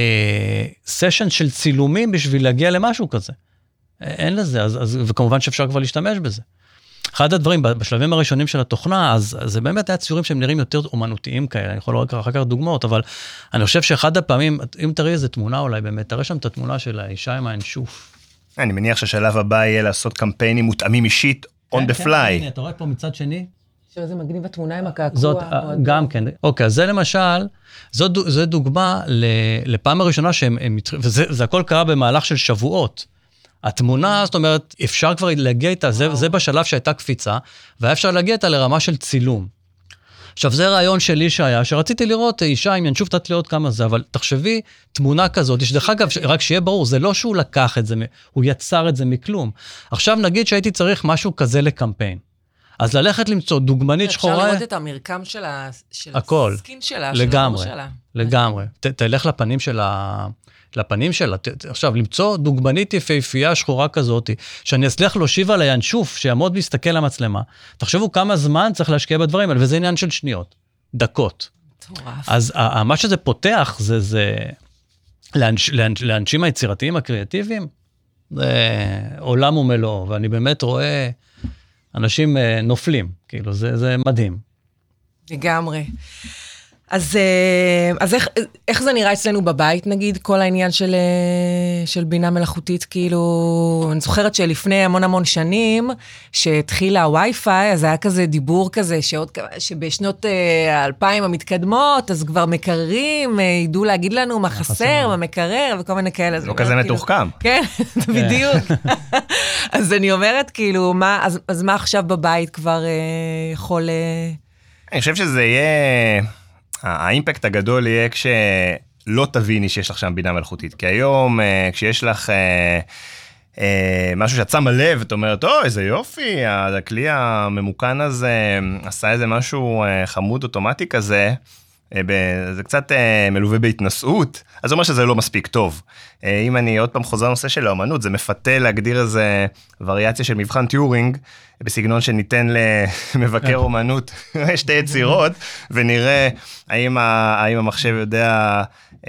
סשן של צילומים בשביל להגיע למשהו כזה. אין לזה, וכמובן שאפשר כבר להשתמש בזה. אחד הדברים, בשלבים הראשונים של התוכנה, אז זה באמת היה ציורים שהם נראים יותר אומנותיים כאלה, אני יכול לראות אחר כך דוגמאות, אבל אני חושב שאחד הפעמים, אם תראי איזה תמונה אולי באמת, תראה שם את התמונה של האישה עם האנשוף. אני מניח שהשלב הבא יהיה לעשות קמפיינים מותאמים אישית, on the fly. אתה רואה פה מצד שני? שזה מגניב התמונה עם הקעקוע. זאת גם כן. אוקיי, אז זה למשל, זו דוגמה לפעם הראשונה וזה הכל קרה במהלך של שבועות. התמונה, זאת אומרת, אפשר כבר להגיע איתה, זה בשלב שהייתה קפיצה, והיה אפשר להגיע איתה לרמה של צילום. עכשיו, זה רעיון שלי שהיה, שרציתי לראות אישה עם ינשוף, תת לראות כמה זה, אבל תחשבי, תמונה כזאת, שדרך אגב, רק שיהיה ברור, זה לא שהוא לקח את זה, הוא יצר את זה מכלום. עכשיו נגיד שהייתי צריך משהו כזה לקמפיין. אז ללכת למצוא דוגמנית שחורה... אפשר לראות את המרקם של הסקין שלה, לגמרי, לגמרי. תלך לפנים שלה. עכשיו, למצוא דוגמנית יפהפייה שחורה כזאת, שאני אצליח להושיב על הינשוף, שיעמוד להסתכל למצלמה. תחשבו כמה זמן צריך להשקיע בדברים האלה, וזה עניין של שניות, דקות. אז מה שזה פותח, זה לאנשים היצירתיים, הקריאטיביים, זה עולם ומלואו, ואני באמת רואה... אנשים נופלים, כאילו, זה מדהים. לגמרי. אז איך זה נראה אצלנו בבית, נגיד, כל העניין של בינה מלאכותית, כאילו, אני זוכרת שלפני המון שנים, שהתחילה הווי-פיי, אז היה כזה דיבור כזה, שבשנות 2000 המתקדמות, אז כבר מקררים, ידעו להגיד לנו מה חסר, מה מקרר, וכל מיני כאלה. לא כזה מתוחכם. כן, בדיוק. אז אני אומרת, כאילו, אז מה עכשיו בבית כבר יכול... אני חושב שזה יהיה... האימפקט הגדול יהיה כשלא תביני שיש לך שם בינה מלאכותית, כי היום כשיש לך משהו שאת שמה לב, את אומרת, איזה יופי, הכלי הממוכן הזה עשה איזה משהו חמוד אוטומטי כזה, זה קצת מלווה בהתנסות, אז זה אומר שזה לא מספיק טוב. אם אני עוד פעם חוזר לנושא של האמנות, זה מפתה להגדיר איזה וריאציה של מבחן טיורינג, בסגנון שניתן למבקר אומנות שתי יצירות, ונראה האם המחשב יודע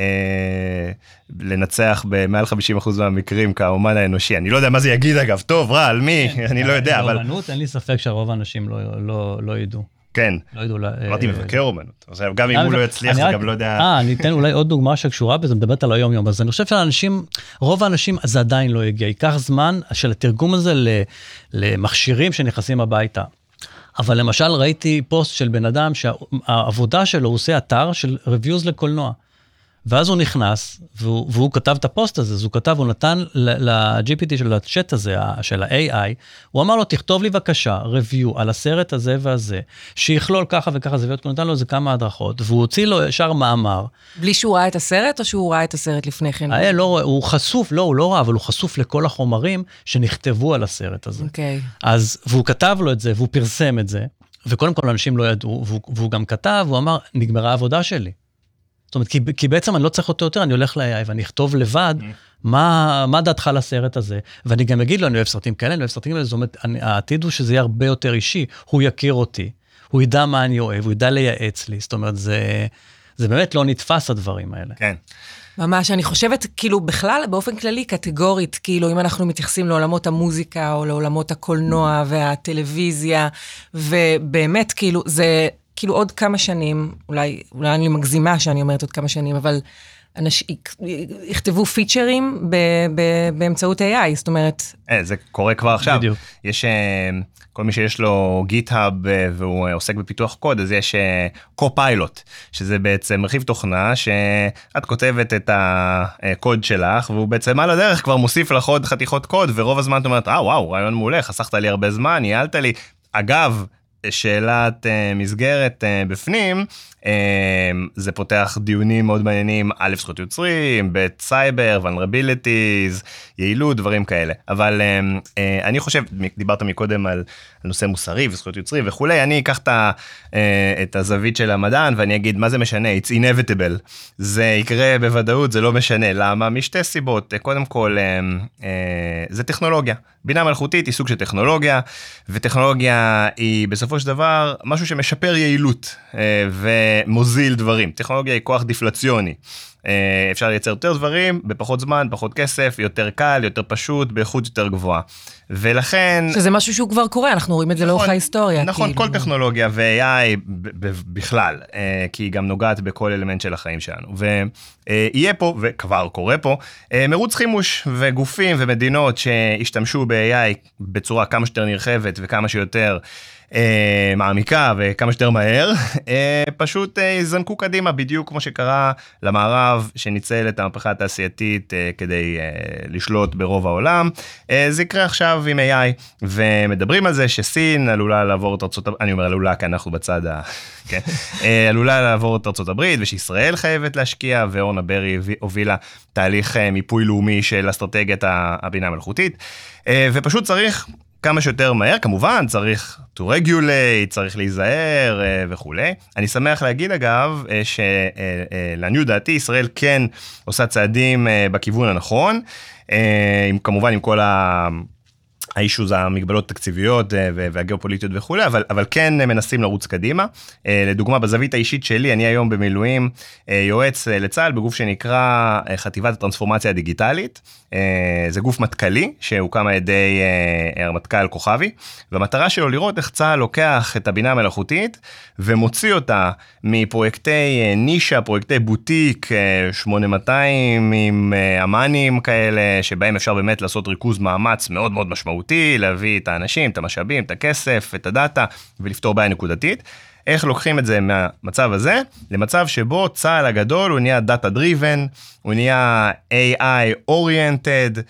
לנצח במעל 50% מהמקרים כאומן האנושי. אני לא יודע מה זה יגיד אגב, טוב, רע, על מי, אני לא יודע, אבל... באמנות אין לי ספק שהרוב האנשים לא ידעו. כן, אמרתי מבקר אומנות, גם אם הוא לא יצליח, זה גם לא יודע... אני אתן אולי עוד דוגמה שקשורה בזה, מדברת על היום-יום, אז אני חושב רוב האנשים, זה עדיין לא הגיע, ייקח זמן של התרגום הזה למכשירים שנכנסים הביתה. אבל למשל ראיתי פוסט של בן אדם, שהעבודה שלו הוא עושה אתר של ריוויוז לקולנוע, ואז הוא נכנס, והוא כתב את הפוסט הזה, אז הוא נתן ל-GPT של הצ'אט הזה, של ה-AI, הוא אמר לו, תכתוב לי בבקשה, review על הסרט הזה והזה, שיכלול ככה וככה זה, הוא נתן לו איזה כמה הדרכות, והוא הוציא לו ישר מאמר. בלי שהוא ראה את הסרט, או שהוא ראה את הסרט לפני כן? הוא חשוף, הוא לא ראה, אבל הוא חשוף לכל החומרים שנכתבו על הסרט הזה. אוקיי. והוא כתב לו את זה, והוא פרסם את זה, וקודם כל אנשים לא ידעו, והוא גם כתב, הוא אמר, נגמרה העבודה שלי. זאת אומרת, כי בעצם אני לא צריך אותו יותר, אני הולך ל-AI ואני אכתוב לבד, מה דעתך לסרט הזה, ואני גם אגיד לו, אני אוהב סרטים כאלה, אני אוהב סרטים כאלה, זאת אומרת, העתיד הוא שזה יהיה הרבה יותר אישי, הוא יכיר אותי, הוא ידע מה אני אוהב, הוא ידע לייעץ לי, זאת אומרת, זה באמת לא נתפס הדברים האלה. כן. ממש, אני חושבת, כאילו, בכלל, באופן כללי, קטגורית, כאילו, אם אנחנו מתייחסים לעולמות המוזיקה, או לעולמות הקולנוע והטלוויזיה, ובאמת, כאילו, זה... כאילו עוד כמה שנים, אולי אני מגזימה שאני אומרת עוד כמה שנים, אבל יכתבו פיצ'רים באמצעות AI, זאת אומרת... זה קורה כבר עכשיו. בדיוק. יש כל מי שיש לו GitHub והוא עוסק בפיתוח קוד, אז יש קו-פיילוט, שזה בעצם רכיב תוכנה שאת כותבת את הקוד שלך, והוא בעצם על הדרך כבר מוסיף לך עוד חתיכות קוד, ורוב הזמן את אומרת, וואו, רעיון מעולה, חסכת לי הרבה זמן, ניהלת לי. אגב, שאלת מסגרת בפנים, זה פותח דיונים מאוד מעניינים, א', זכויות יוצרים, ב', סייבר, vulnerabilities, יעילות, דברים כאלה. אבל אני חושב, דיברת מקודם על נושא מוסרי וזכויות יוצרים וכולי, אני אקח את הזווית של המדען ואני אגיד, מה זה משנה? It's inevitable. זה יקרה בוודאות, זה לא משנה. למה? משתי סיבות. קודם כל, זה טכנולוגיה. בינה מלאכותית היא סוג של טכנולוגיה, וטכנולוגיה היא בסופו של דבר משהו שמשפר יעילות ומוזיל דברים. טכנולוגיה היא כוח דיפלציוני. אפשר לייצר יותר דברים, בפחות זמן, פחות כסף, יותר קל, יותר פשוט, באיכות יותר גבוהה. ולכן... שזה משהו שהוא כבר קורה, אנחנו רואים את זה לאורך ההיסטוריה. נכון, כל טכנולוגיה ו-AI בכלל, כי היא גם נוגעת בכל אלמנט של החיים שלנו. ויהיה פה, וכבר קורה פה, מרוץ חימוש וגופים ומדינות שהשתמשו ב-AI בצורה כמה שיותר נרחבת וכמה שיותר מעמיקה וכמה שיותר מהר, פשוט זנקו קדימה, בדיוק כמו שקרה למערב שניצל את המהפכה התעשייתית כדי לשלוט ברוב העולם. זה יקרה עכשיו עם AI, ומדברים על זה שסין עלולה לעבור את ארצות הברית, אני אומר עלולה כי אנחנו בצד עלולה לעבור את ארצות הברית, ושישראל חייבת להשקיע, ואורנה ברי הובילה תהליך מיפוי לאומי של אסטרטגיית הבינה המלאכותית, ופשוט צריך כמה שיותר מהר, כמובן, צריך to regulate, צריך להיזהר וכו'. אני שמח להגיד אגב, שלעניות דעתי, ישראל כן עושה צעדים בכיוון הנכון, כמובן עם כל האישוז, המגבלות תקציביות והגיאופוליטיות וכו', אבל כן מנסים לרוץ קדימה. לדוגמה, בזווית האישית שלי, אני היום במילואים יועץ לצה"ל בגוף שנקרא חטיבת הטרנספורמציה הדיגיטלית. זה גוף מטכ"לי שהוקם על ידי הרמטכ"ל כוכבי, והמטרה שלו לראות איך צה"ל לוקח את הבינה המלאכותית ומוציא אותה מפרויקטי נישה, פרויקטי בוטיק, 8200 עם אמנים כאלה, שבהם אפשר באמת לעשות ריכוז מאמץ מאוד מאוד משמעותי, להביא את האנשים, את המשאבים, את הכסף, את הדאטה, ולפתור בעיה נקודתית. איך לוקחים את זה מהמצב הזה, למצב שבו צה"ל הגדול הוא נהיה data driven, הוא נהיה AI oriented,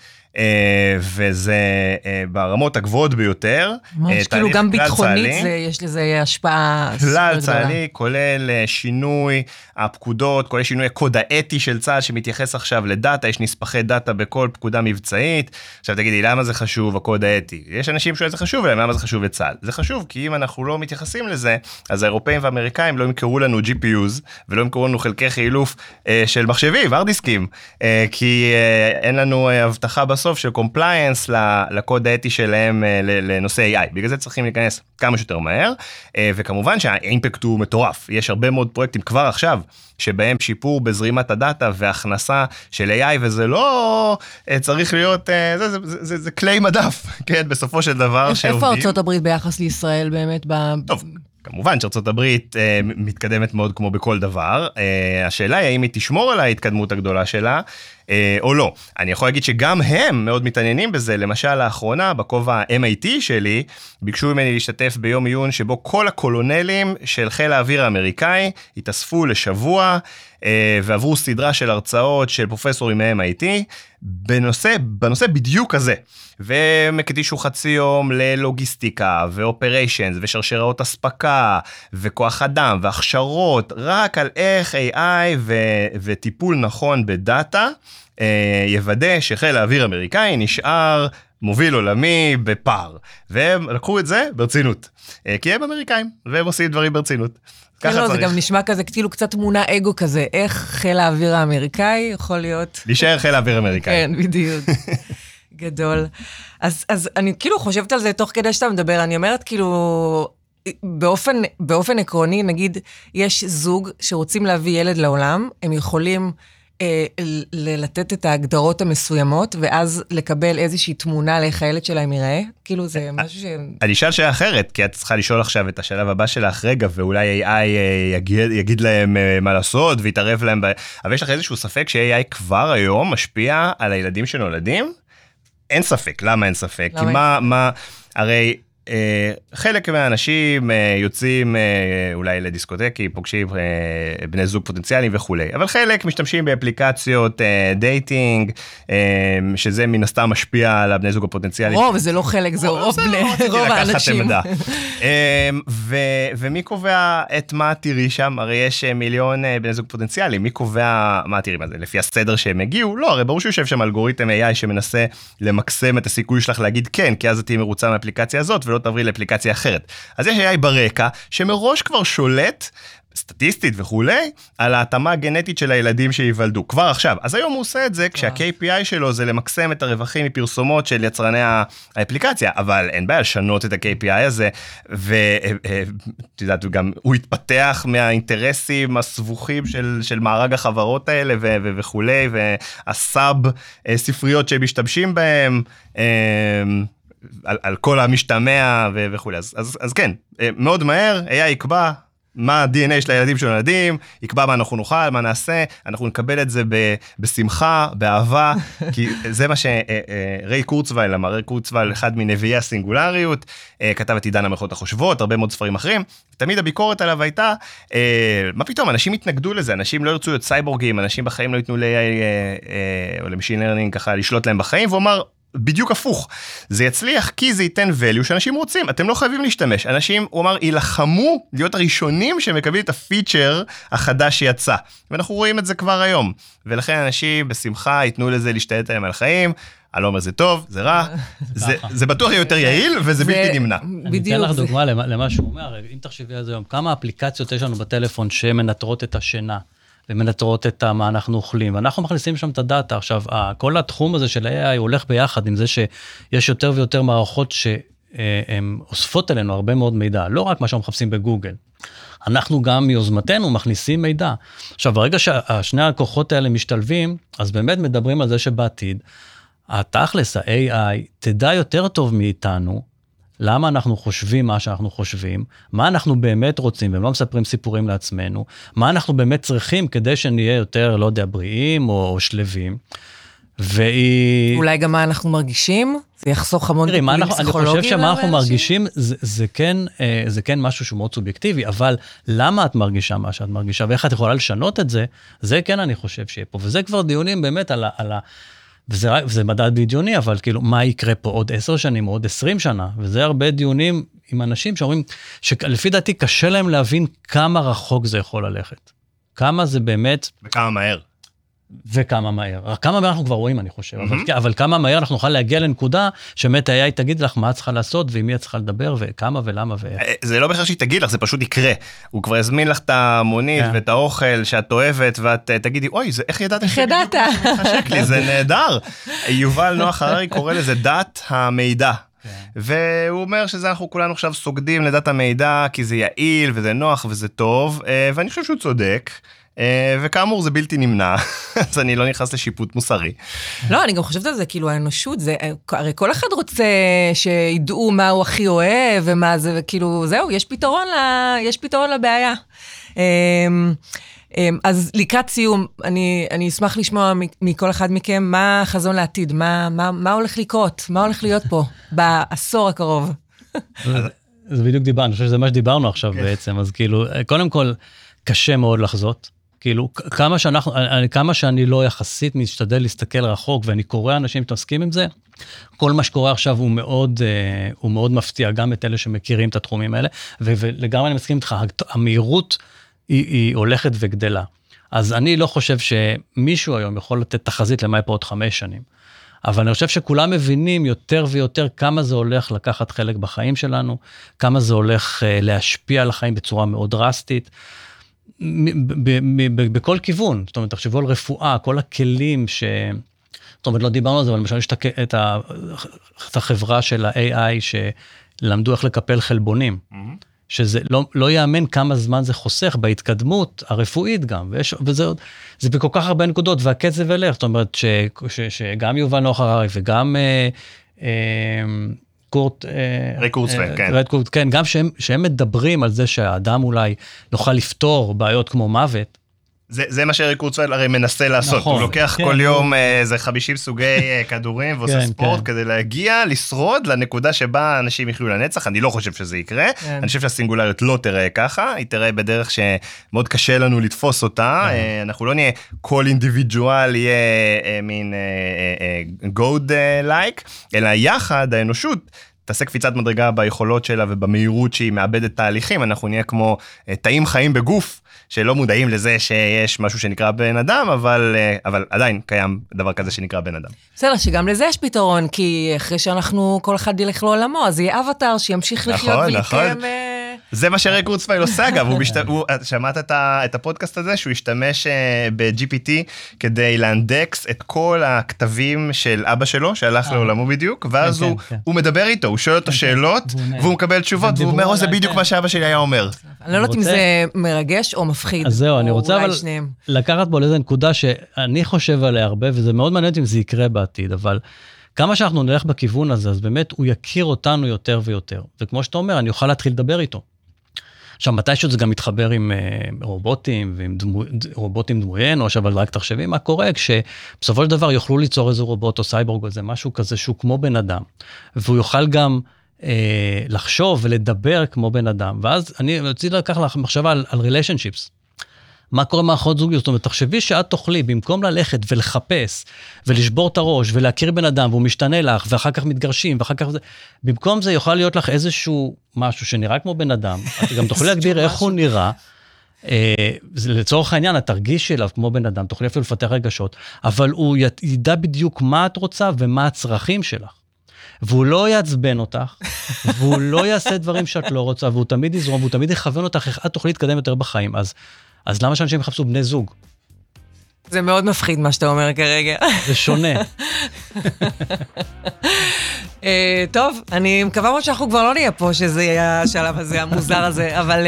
וזה ברמות הגבוהות ביותר. ממש כאילו גם ביטחונית יש לזה השפעה. כלל צה"לי, כולל שינוי הפקודות, כולל שינוי הקוד האתי של צה"ל שמתייחס עכשיו לדאטה, יש נספחי דאטה בכל פקודה מבצעית. עכשיו תגידי, למה זה חשוב הקוד האתי? יש אנשים שזה חשוב להם, למה זה חשוב לצה"ל? זה חשוב כי אם אנחנו לא מתייחסים לזה, אז האירופאים והאמריקאים לא ימכרו לנו GPUs, ולא ימכרו לנו חלקי חילוף של מחשבים, הרדיסקים, כי אין לנו הבטחה בסוף של compliance לקוד האתי שלהם לנושא AI. בגלל זה צריכים להיכנס כמה שיותר מהר, וכמובן שהאימפקט הוא מטורף. יש הרבה מאוד פרויקטים כבר עכשיו, שבהם שיפור בזרימת הדאטה והכנסה של AI, וזה לא צריך להיות, זה כלי מדף, כן, בסופו של דבר שעובדים. איפה ארצות הברית ביחס לישראל באמת? טוב, כמובן שארצות הברית מתקדמת מאוד כמו בכל דבר, השאלה היא האם היא תשמור על ההתקדמות הגדולה שלה, או לא. אני יכול להגיד שגם הם מאוד מתעניינים בזה, למשל לאחרונה, בכובע MIT שלי, ביקשו ממני להשתתף ביום עיון שבו כל הקולונלים של חיל האוויר האמריקאי התאספו לשבוע, ועברו סדרה של הרצאות של פרופסורים מ-MIT, בנושא בדיוק הזה. והם הקדישו חצי יום ללוגיסטיקה ואופריישנס ושרשראות הספקה וכוח אדם והכשרות, רק על איך AI וטיפול נכון בדאטה יוודא שחיל האוויר האמריקאי נשאר מוביל עולמי בפער. והם לקחו את זה ברצינות, כי הם אמריקאים והם עושים דברים ברצינות. לא, זה גם נשמע כזה, כאילו קצת תמונה אגו כזה, איך חיל האוויר האמריקאי יכול להיות... להישאר חיל האוויר האמריקאי. כן, בדיוק. גדול. אז אני כאילו חושבת על זה תוך כדי שאתה מדבר, אני אומרת כאילו, באופן עקרוני, נגיד, יש זוג שרוצים להביא ילד לעולם, הם יכולים לתת את ההגדרות המסוימות, ואז לקבל איזושהי תמונה לאיך הילד שלהם ייראה? כאילו זה משהו ש... אני אשאל שאלה אחרת, כי את צריכה לשאול עכשיו את השלב הבא שלך, רגע, ואולי AI יגיד להם מה לעשות, ויתערב להם, אבל יש לך איזשהו ספק ש-AI כבר היום משפיע על הילדים שנולדים? אין ספק, למה אין ספק? כי הרי... חלק מהאנשים יוצאים אולי לדיסקוטקי, פוגשים בני זוג פוטנציאליים וכו'. אבל חלק משתמשים באפליקציות דייטינג, שזה מן הסתם משפיע על הבני זוג הפוטנציאליים. רוב, זה לא חלק, זה רוב האנשים. ומי קובע את מה תראי שם? הרי יש מיליון בני זוג פוטנציאליים, מי קובע מה תראי? מה זה? לפי הסדר שהם הגיעו? לא, הרי ברור שיושב שם אלגוריתם AI שמנסה למקסם את הסיכוי שלך להגיד כן, כי אז את תהיי מרוצה מהאפליקציה הזאת, ולא תעברי לאפליקציה אחרת. אז יש AI ברקע, שמראש כבר שולט, סטטיסטית וכולי, על ההתאמה הגנטית של הילדים שיוולדו. כבר עכשיו. אז היום הוא עושה את זה, כשה-KPI שלו זה למקסם את הרווחים מפרסומות של יצרני האפליקציה, אבל אין בעיה לשנות את ה-KPI הזה, ותדעת, גם הוא התפתח מהאינטרסים הסבוכים של מארג החברות האלה וכולי, והסאב ספריות שהם משתמשים בהם, על כל המשתמע וכו'. אז כן, מאוד מהר, AI יקבע מה ה-DNA של הילדים שנולדים, יקבע מה אנחנו נאכל, מה נעשה, אנחנו נקבל את זה בשמחה, באהבה, כי זה מה שריי קורצווייל אמר, ריי קורצווייל, אחד מנביאי הסינגולריות, כתב את עידן המלכות החושבות, הרבה מאוד ספרים אחרים, תמיד הביקורת עליו הייתה, מה פתאום, אנשים התנגדו לזה, אנשים לא ירצו להיות סייבורגים, אנשים בחיים לא ייתנו ל-AI או למשין לרנינג ככה לשלוט להם בחיים, והוא אמר, בדיוק הפוך, זה יצליח כי זה ייתן value שאנשים רוצים, אתם לא חייבים להשתמש, אנשים, הוא אמר, ילחמו להיות הראשונים שמקבלים את הפיצ'ר החדש שיצא, ואנחנו רואים את זה כבר היום, ולכן אנשים בשמחה ייתנו לזה להשתלט עליהם על החיים, אני לא אומר זה טוב, זה רע, זה בטוח יותר יעיל וזה בלתי נמנע. אני אתן לך דוגמה למה שהוא אומר, אם תחשבי על זה היום, כמה אפליקציות יש לנו בטלפון שמנטרות את השינה, ומנטרות את מה אנחנו אוכלים, ואנחנו מכניסים שם את הדאטה. עכשיו, כל התחום הזה של AI הולך ביחד עם זה שיש יותר ויותר מערכות שהן אוספות אלינו הרבה מאוד מידע, לא רק מה שאנחנו מחפשים בגוגל. אנחנו גם מיוזמתנו מכניסים מידע. עכשיו, ברגע שהשני הכוחות האלה משתלבים, אז באמת מדברים על זה שבעתיד, התכלס, ה-AI, תדע יותר טוב מאיתנו, למה אנחנו חושבים מה שאנחנו חושבים, מה אנחנו באמת רוצים, והם לא מספרים סיפורים לעצמנו, מה אנחנו באמת צריכים כדי שנהיה יותר, לא יודע, בריאים או שלווים, אולי גם מה אנחנו מרגישים, זה יחסוך המון טיפולים פסיכולוגיים. אני חושב שמה אנחנו מרגישים, זה כן משהו שהוא מאוד סובייקטיבי, אבל למה את מרגישה מה שאת מרגישה, ואיך את יכולה לשנות את זה, זה כן אני חושב שיהיה פה, וזה כבר דיונים באמת על וזה מדד בדיוני, אבל כאילו, מה יקרה פה עוד 10 שנים, או עוד 20 שנה, וזה הרבה דיונים עם אנשים שאומרים, שלפי דעתי קשה להם להבין כמה רחוק זה יכול ללכת. כמה זה באמת... וכמה מהר. וכמה מהר. כמה מהר אנחנו כבר רואים, אני חושב. אבל כמה מהר אנחנו נוכל להגיע לנקודה, שבאמת AI תגיד לך מה את צריכה לעשות, ועם מי את צריכה לדבר, וכמה ולמה ואיך. זה לא בכלל שהיא תגיד לך, זה פשוט יקרה. הוא כבר יזמין לך את המונית ואת האוכל שאת אוהבת, ואת תגידי, אוי, איך ידעת? איך ידעת? זה נהדר. יובל נוח הררי קורא לזה דת המידע. והוא אומר שזה אנחנו כולנו עכשיו סוגדים לדת המידע, כי זה יעיל וזה נוח וזה טוב, ואני חושב שהוא צודק. וכאמור זה בלתי נמנע, אז אני לא נכנס לשיפוט מוסרי. לא, אני גם חושבת על זה, כאילו האנושות, הרי כל אחד רוצה שידעו מה הוא הכי אוהב, ומה זה, וכאילו זהו, יש פתרון לבעיה. אז לקראת סיום, אני אשמח לשמוע מכל אחד מכם, מה החזון לעתיד, מה הולך לקרות, מה הולך להיות פה, בעשור הקרוב. זה בדיוק דיברנו, אני חושב שזה מה שדיברנו עכשיו בעצם, אז כאילו, קודם כל, קשה מאוד לחזות, כאילו, כמה שאני לא יחסית משתדל להסתכל רחוק, ואני קורא אנשים שמתעסקים עם זה, כל מה שקורה עכשיו הוא מאוד מפתיע, גם את אלה שמכירים את התחומים האלה, ולגמרי אני מסכים איתך, המהירות היא הולכת וגדלה. אז אני לא חושב שמישהו היום יכול לתת תחזית למה פה עוד 5 שנים, אבל אני חושב שכולם מבינים יותר ויותר כמה זה הולך לקחת חלק בחיים שלנו, כמה זה הולך להשפיע על החיים בצורה מאוד דרסטית, בכל כיוון. זאת אומרת, תחשבו על רפואה, כל הכלים זאת אומרת, לא דיברנו על זה, אבל למשל יש את החברה של ה-AI שלמדו איך לקפל חלבונים, שזה לא יאמן כמה זמן זה חוסך בהתקדמות הרפואית גם, זה בכל כך הרבה נקודות, והקצב הלך, זאת אומרת שגם יובל נוח הררי וגם כן, גם שהם מדברים על זה שהאדם אולי נוכל לפתור בעיות כמו מוות, זה מה שאריק קורצווייל הרי מנסה לעשות, הוא לוקח כל יום איזה 50 סוגי כדורים ועושה ספורט כדי להגיע, לשרוד לנקודה שבה אנשים יחיו לנצח, אני לא חושב שזה יקרה, אני חושב שהסינגולריות לא תראה ככה, היא תראה בדרך שמאוד קשה לנו לתפוס אותה, אנחנו לא נהיה כל אינדיבידואל יהיה מין God-like, אלא יחד האנושות, תעשה קפיצת מדרגה ביכולות שלה ובמהירות שהיא מאבדת תהליכים, אנחנו נהיה כמו תאים חיים בגוף, שלא מודעים לזה שיש משהו שנקרא בן אדם, אבל עדיין קיים דבר כזה שנקרא בן אדם. בסדר, שגם לזה יש פתרון, כי אחרי שאנחנו כל אחד ילך לעולמו, אז יהיה אבטר שימשיך לחיות ויקם... זה מה שאריק קורצווייל עושה, אגב, שמעת את הפודקאסט הזה, שהוא השתמש ב-GPT כדי לאנדקס את כל הכתבים של אבא שלו, שהלך לעולמו בדיוק, ואז הוא מדבר איתו, הוא שואל אותו שאלות, והוא מקבל תשובות, והוא אומר, זה בדיוק מה שאבא שלי היה אומר. אני לא יודעת אם זה מרגש או מפחיד. אז זהו, אני רוצה אבל לקחת בו לאיזו נקודה שאני חושב עליה הרבה, וזה מאוד מעניין אם זה יקרה בעתיד, אבל כמה שאנחנו נלך בכיוון הזה, אז באמת הוא יכיר אותנו יותר ויותר. וכמו שאתה אומר, אני אוכל להתחיל לדבר איתו. עכשיו, מתישהו זה גם מתחבר עם רובוטים, ועם רובוטים דמויי אנוש, אבל רק תחשבי מה קורה, כשבסופו של דבר יוכלו ליצור איזה רובוט או סייבורג, או איזה משהו כזה שהוא כמו בן אדם, והוא יוכל גם לחשוב ולדבר כמו בן אדם, ואז אני רציתי לקח לך מחשבה על relationships. מה קורה מערכות זוגיות? זאת אומרת, תחשבי שאת תוכלי, במקום ללכת ולחפש, ולשבור את הראש, ולהכיר בן אדם, והוא משתנה לך, ואחר כך מתגרשים, ואחר כך זה, במקום זה יוכל להיות לך איזשהו משהו שנראה כמו בן אדם, את גם תוכלי להגדיר איך הוא נראה, לצורך העניין, את תרגיש אליו כמו בן אדם, תוכלי אפילו לפתח רגשות, אבל הוא ידע בדיוק מה את רוצה, ומה הצרכים שלך. והוא לא יעצבן אותך, והוא לא יעשה דברים שאת לא רוצה, והוא תמיד יזרום, והוא תמיד יכוון אותך, איך את תוכלי להתקדם יותר בחיים. אז למה שאנשים יחפשו בני זוג? זה מאוד מפחיד מה שאתה אומר כרגע. זה שונה. טוב, אני מקווה מאוד שאנחנו כבר לא נהיה פה, שזה יהיה השלב הזה, המוזר הזה, אבל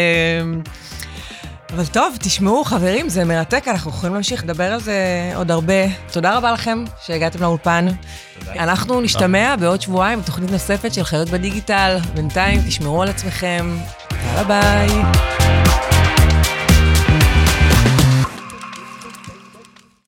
טוב, תשמעו חברים, זה מרתק, אנחנו יכולים להמשיך לדבר על זה עוד הרבה. תודה רבה לכם שהגעתם לאולפן. אנחנו נשתמע בעוד שבועיים בתוכנית נוספת של חיות בדיגיטל. בינתיים תשמרו על עצמכם. יאללה ביי.